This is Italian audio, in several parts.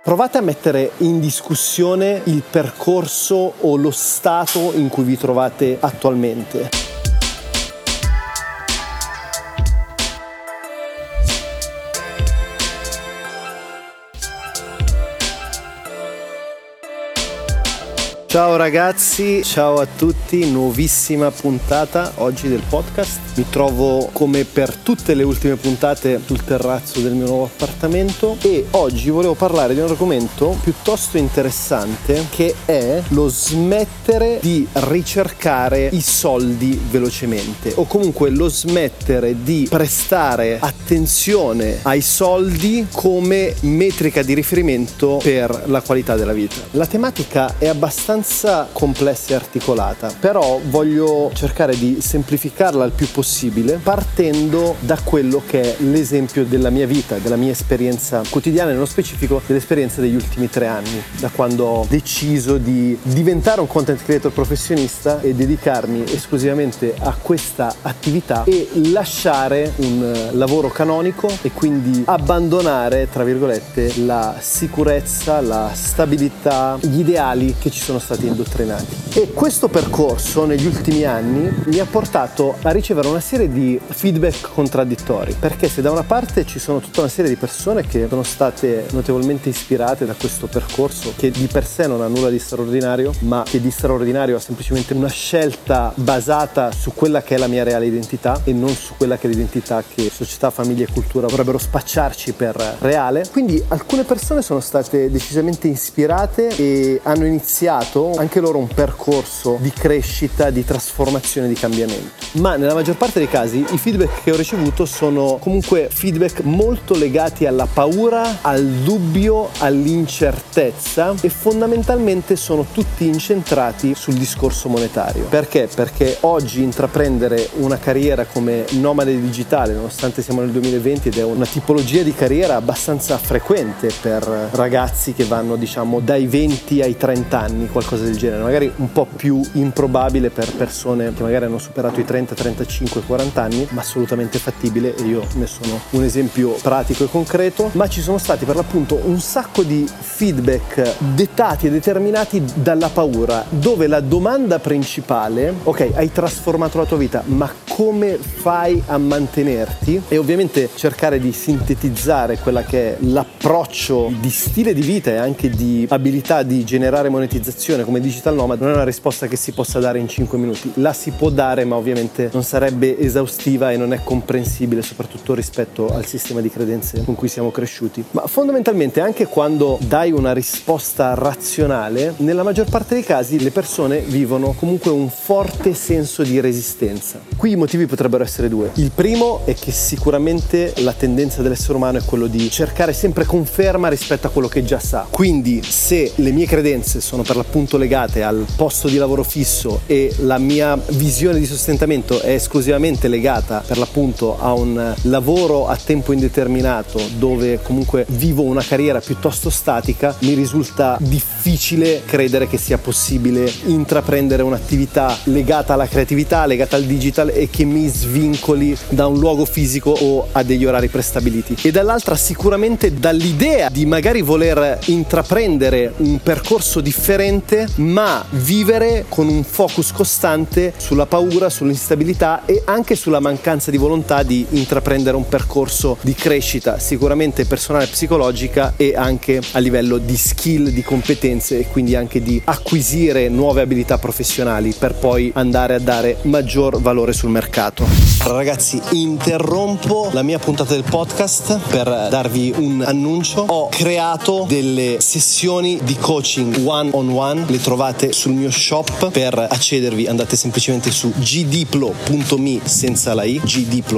Provate a mettere in discussione il percorso o lo stato in cui vi trovate attualmente. Ciao ragazzi, ciao a tutti, nuovissima puntata oggi del podcast. Mi trovo come per tutte le ultime puntate sul terrazzo del mio nuovo appartamento e oggi volevo parlare di un argomento piuttosto interessante che è lo smettere di ricercare i soldi velocemente o comunque lo smettere di prestare attenzione ai soldi come metrica di riferimento per la qualità della vita. La tematica è abbastanza complessa e articolata, però voglio cercare di semplificarla il più possibile partendo da quello che è l'esempio della mia vita, della mia esperienza quotidiana, nello specifico dell'esperienza degli ultimi 3 anni, da quando ho deciso di diventare un content creator professionista e dedicarmi esclusivamente a questa attività e lasciare un lavoro canonico e quindi abbandonare, tra virgolette, la sicurezza, la stabilità, gli ideali che ci sono stati indottrinati. E questo percorso negli ultimi anni mi ha portato a ricevere una serie di feedback contraddittori, perché se da una parte ci sono tutta una serie di persone che sono state notevolmente ispirate da questo percorso che di per sé non ha nulla di straordinario, ma che di straordinario ha semplicemente una scelta basata su quella che è la mia reale identità e non su quella che è l'identità che società, famiglia e cultura vorrebbero spacciarci per reale. Quindi alcune persone sono state decisamente ispirate e hanno iniziato anche loro un percorso di crescita, di trasformazione, di cambiamento. Ma nella maggior parte dei casi i feedback che ho ricevuto sono comunque feedback molto legati alla paura, al dubbio, all'incertezza e fondamentalmente sono tutti incentrati sul discorso monetario. Perché? Perché oggi intraprendere una carriera come nomade digitale, nonostante siamo nel 2020 ed è una tipologia di carriera abbastanza frequente per ragazzi che vanno dai 20 ai 30 anni, qualcosa del genere, magari un po' più improbabile per persone che magari hanno superato i 30, 35, 40 anni, ma assolutamente fattibile e io ne sono un esempio pratico e concreto. Ma ci sono stati per l'appunto un sacco di feedback dettati e determinati dalla paura, dove la domanda principale, ok, hai trasformato la tua vita, ma come fai a mantenerti? E ovviamente cercare di sintetizzare quella che è l'approccio di stile di vita e anche di abilità di generare monetizzazione come digital nomad non è una risposta che si possa dare in 5 minuti. La si può dare, ma ovviamente non sarebbe esaustiva e non è comprensibile, soprattutto rispetto al sistema di credenze con cui siamo cresciuti. Ma fondamentalmente anche quando dai una risposta razionale, nella maggior parte dei casi le persone vivono comunque un forte senso di resistenza. Qui i motivi potrebbero essere 2. Il primo è che sicuramente la tendenza dell'essere umano è quello di cercare sempre conferma rispetto a quello che già sa. Quindi se le mie credenze sono per l'appunto legate al posto di lavoro fisso e la mia visione di sostentamento è esclusivamente legata per l'appunto a un lavoro a tempo indeterminato dove comunque vivo una carriera piuttosto statica, mi risulta difficile credere che sia possibile intraprendere un'attività legata alla creatività, legata al digital e che mi svincoli da un luogo fisico o a degli orari prestabiliti. E dall'altra sicuramente dall'idea di magari voler intraprendere un percorso differente ma vivere con un focus costante sulla paura, sull'instabilità e anche sulla mancanza di volontà di intraprendere un percorso di crescita sicuramente personale e psicologica e anche a livello di skill, di competenze e quindi anche di acquisire nuove abilità professionali per poi andare a dare maggior valore sul mercato. Allora, ragazzi, interrompo la mia puntata del podcast per darvi un annuncio. Ho creato delle sessioni di coaching one on one, le trovate sul mio shop. Per accedervi andate semplicemente su gdiplo.me senza la i,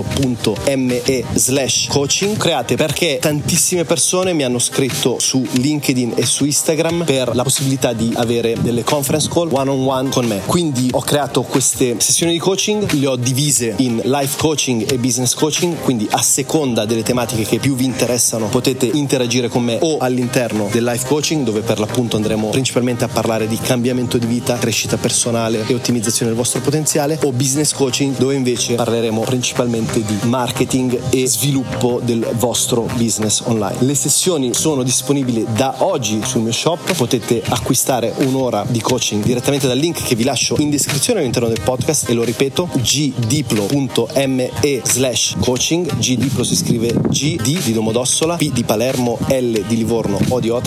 gdiplo.me/coaching. Create perché tantissime persone mi hanno scritto su LinkedIn e su Instagram per la possibilità di avere delle conference call one on one con me. Quindi ho creato queste sessioni di coaching, le ho divise in life coaching e business coaching, quindi a seconda delle tematiche che più vi interessano potete interagire con me o all'interno del life coaching, dove per l'appunto andremo principalmente a parlare parlare di cambiamento di vita, crescita personale e ottimizzazione del vostro potenziale, o business coaching, dove invece parleremo principalmente di marketing e sviluppo del vostro business online. Le sessioni sono disponibili da oggi sul mio shop, potete acquistare un'ora di coaching direttamente dal link che vi lascio in descrizione all'interno del podcast, e lo ripeto, gdiplo.me/coaching. Gdiplo si scrive G di Domodossola, P di Palermo, L di Livorno, O di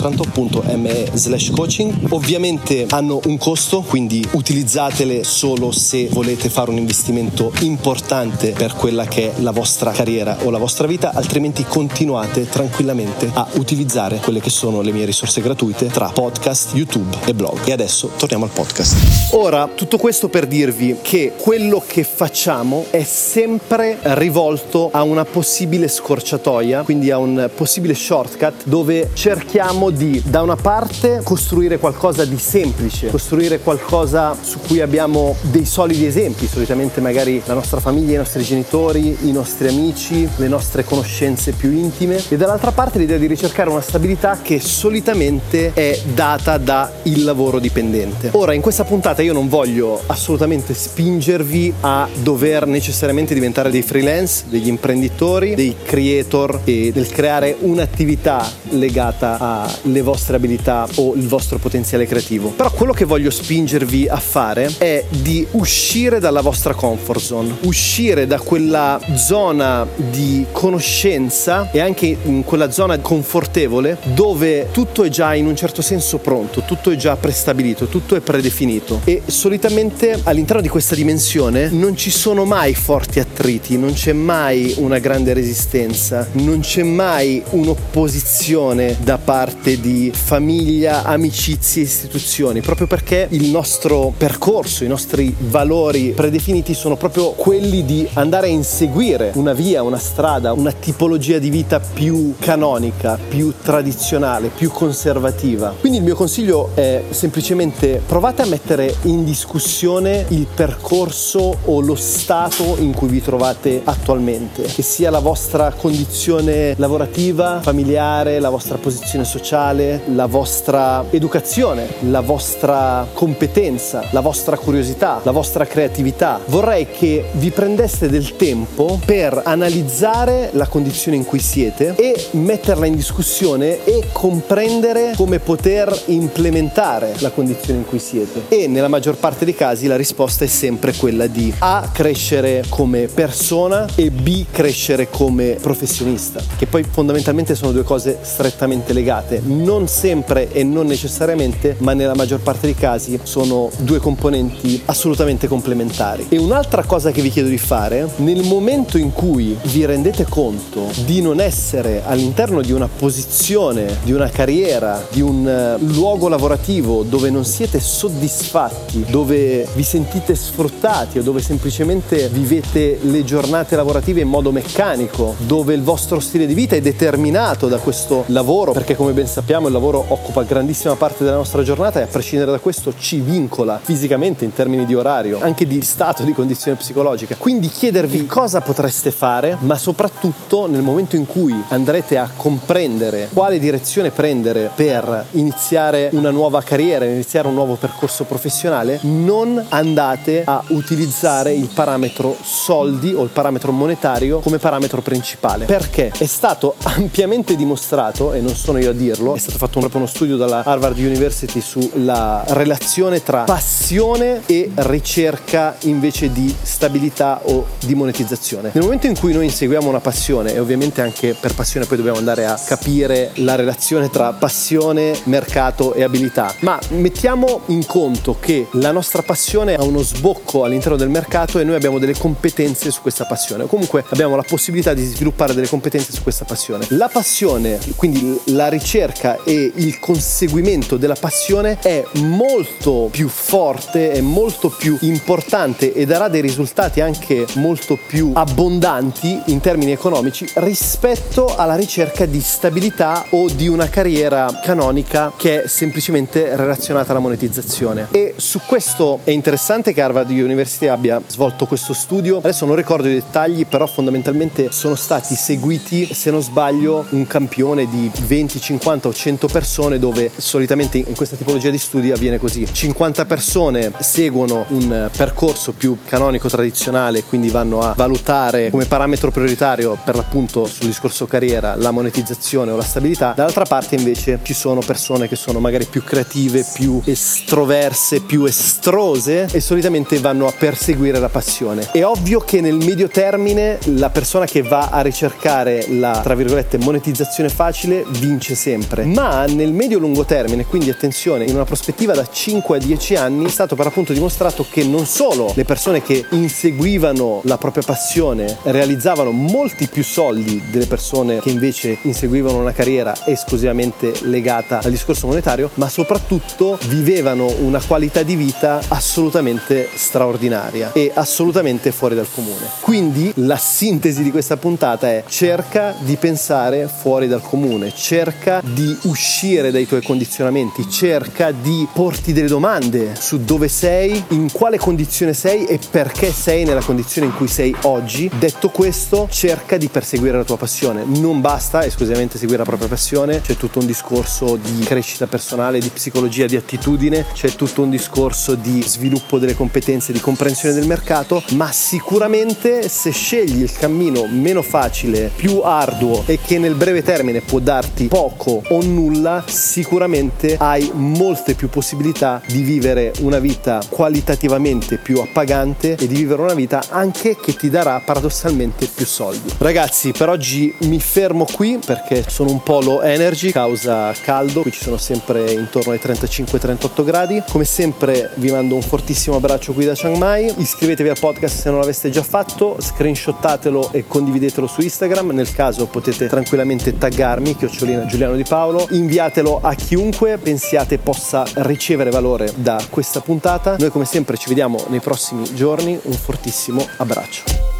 Otranto.me/coaching. Ovviamente hanno un costo, quindi utilizzatele solo se volete fare un investimento importante per quella che è la vostra carriera o la vostra vita, altrimenti continuate tranquillamente a utilizzare quelle che sono le mie risorse gratuite tra podcast, YouTube e blog. E adesso torniamo al podcast. Ora, tutto questo per dirvi che quello che facciamo è sempre rivolto a una possibile scorciatoia, quindi a un possibile shortcut, dove cerchiamo di, da una parte, costruire qualcosa di semplice, costruire qualcosa su cui abbiamo dei solidi esempi, solitamente magari la nostra famiglia, i nostri genitori, i nostri amici, le nostre conoscenze più intime, e dall'altra parte l'idea di ricercare una stabilità che solitamente è data da il lavoro dipendente. Ora, in questa puntata io non voglio assolutamente spingervi a dover necessariamente diventare dei freelance, degli imprenditori, dei creator e del creare un'attività legata alle vostre abilità o il vostro potenziale creativo. Però quello che voglio spingervi a fare è di uscire dalla vostra comfort zone, uscire da quella zona di conoscenza e anche in quella zona confortevole dove tutto è già in un certo senso pronto, tutto è già prestabilito, tutto è predefinito, e solitamente all'interno di questa dimensione non ci sono mai forti attriti, non c'è mai una grande resistenza, non c'è mai un'opposizione da parte di famiglia, amicizie, istituzioni, proprio perché il nostro percorso, i nostri valori predefiniti sono proprio quelli di andare a inseguire una via, una strada, una tipologia di vita più canonica, più tradizionale, più conservativa. Quindi il mio consiglio è semplicemente: provate a mettere in discussione il percorso o lo stato in cui vi trovate attualmente, che sia la vostra condizione lavorativa, familiare, la vostra posizione sociale, la vostra educazione, la vostra competenza, la vostra curiosità, la vostra creatività. Vorrei che vi prendeste del tempo per analizzare la condizione in cui siete e metterla in discussione e comprendere come poter implementare la condizione in cui siete. E nella maggior parte dei casi la risposta è sempre quella di A, crescere come persona, e B, crescere come professionista, che poi fondamentalmente sono due cose strettamente legate. Non sempre e non necessariamente, ma nella maggior parte dei casi sono due componenti assolutamente complementari. E un'altra cosa che vi chiedo di fare, nel momento in cui vi rendete conto di non essere all'interno di una posizione, di una carriera, di un luogo lavorativo dove non siete soddisfatti, dove vi sentite sfruttati o dove semplicemente vivete le giornate lavorative in modo meccanico, dove il vostro stile di vita è determinato da questo lavoro, perché come ben sappiamo il lavoro occupa grandissima parte della nostra giornata e a prescindere da questo ci vincola fisicamente in termini di orario, anche di stato, di condizione psicologica. Quindi chiedervi cosa potreste fare, ma soprattutto nel momento in cui andrete a comprendere quale direzione prendere per iniziare una nuova carriera, iniziare un nuovo percorso professionale, non andate a utilizzare il parametro soldi o il parametro monetario come parametro principale, perché è stato ampiamente dimostrato, e non sono io a dirlo, è stato fatto proprio uno studio dalla Harvard University sulla relazione tra passione e ricerca invece di stabilità o di monetizzazione. Nel momento in cui noi inseguiamo una passione, e ovviamente anche per passione poi dobbiamo andare a capire la relazione tra passione, mercato e abilità, ma mettiamo in conto che la nostra passione ha uno sbocco all'interno del mercato e noi abbiamo delle competenze su questa passione, o comunque abbiamo la possibilità di sviluppare delle competenze su questa passione. La passione, quindi la ricerca e il conseguimento della passione, è molto più forte, è molto più importante e darà dei risultati anche molto più abbondanti in termini economici rispetto alla ricerca di stabilità o di una carriera canonica che è semplicemente relazionata alla monetizzazione. E su questo è interessante che Harvard University abbia svolto questo studio. Adesso non ricordo i dettagli, però fondamentalmente sono stati seguiti, se non sbaglio, un campione di 20, 50 o 100 persone, dove solitamente in questa tipologia tipologia di studi avviene così: 50 persone seguono un percorso più canonico tradizionale, quindi vanno a valutare come parametro prioritario per l'appunto sul discorso carriera la monetizzazione o la stabilità. Dall'altra parte invece ci sono persone che sono magari più creative, più estroverse, più estrose e solitamente vanno a perseguire la passione. È ovvio che nel medio termine la persona che va a ricercare la, tra virgolette, monetizzazione facile vince sempre, ma nel medio-lungo termine, quindi attenzione, in una prospettiva da 5 a 10 anni, è stato per appunto dimostrato che non solo le persone che inseguivano la propria passione realizzavano molti più soldi delle persone che invece inseguivano una carriera esclusivamente legata al discorso monetario, ma soprattutto vivevano una qualità di vita assolutamente straordinaria e assolutamente fuori dal comune. Quindi la sintesi di questa puntata è: cerca di pensare fuori dal comune, cerca di uscire dai tuoi condizionamenti, cerca di porti delle domande su dove sei, in quale condizione sei e perché sei nella condizione in cui sei oggi. Detto questo, cerca di perseguire la tua passione. Non basta esclusivamente seguire la propria passione, c'è tutto un discorso di crescita personale, di psicologia, di attitudine, c'è tutto un discorso di sviluppo delle competenze, di comprensione del mercato, ma sicuramente se scegli il cammino meno facile, più arduo e che nel breve termine può darti poco o nulla, sicuramente hai molte più possibilità di vivere una vita qualitativamente più appagante e di vivere una vita anche che ti darà paradossalmente più soldi. Ragazzi, per oggi mi fermo qui perché sono un po' low energy causa caldo, qui ci sono sempre intorno ai 35-38 gradi. Come sempre vi mando un fortissimo abbraccio qui da Chiang Mai, iscrivetevi al podcast se non l'aveste già fatto, screenshottatelo e condividetelo su Instagram, nel caso potete tranquillamente taggarmi @Giuliano Di Paolo, inviatelo a chiunque pensiate possa ricevere valore da questa puntata. Noi come sempre ci vediamo nei prossimi giorni, un fortissimo abbraccio.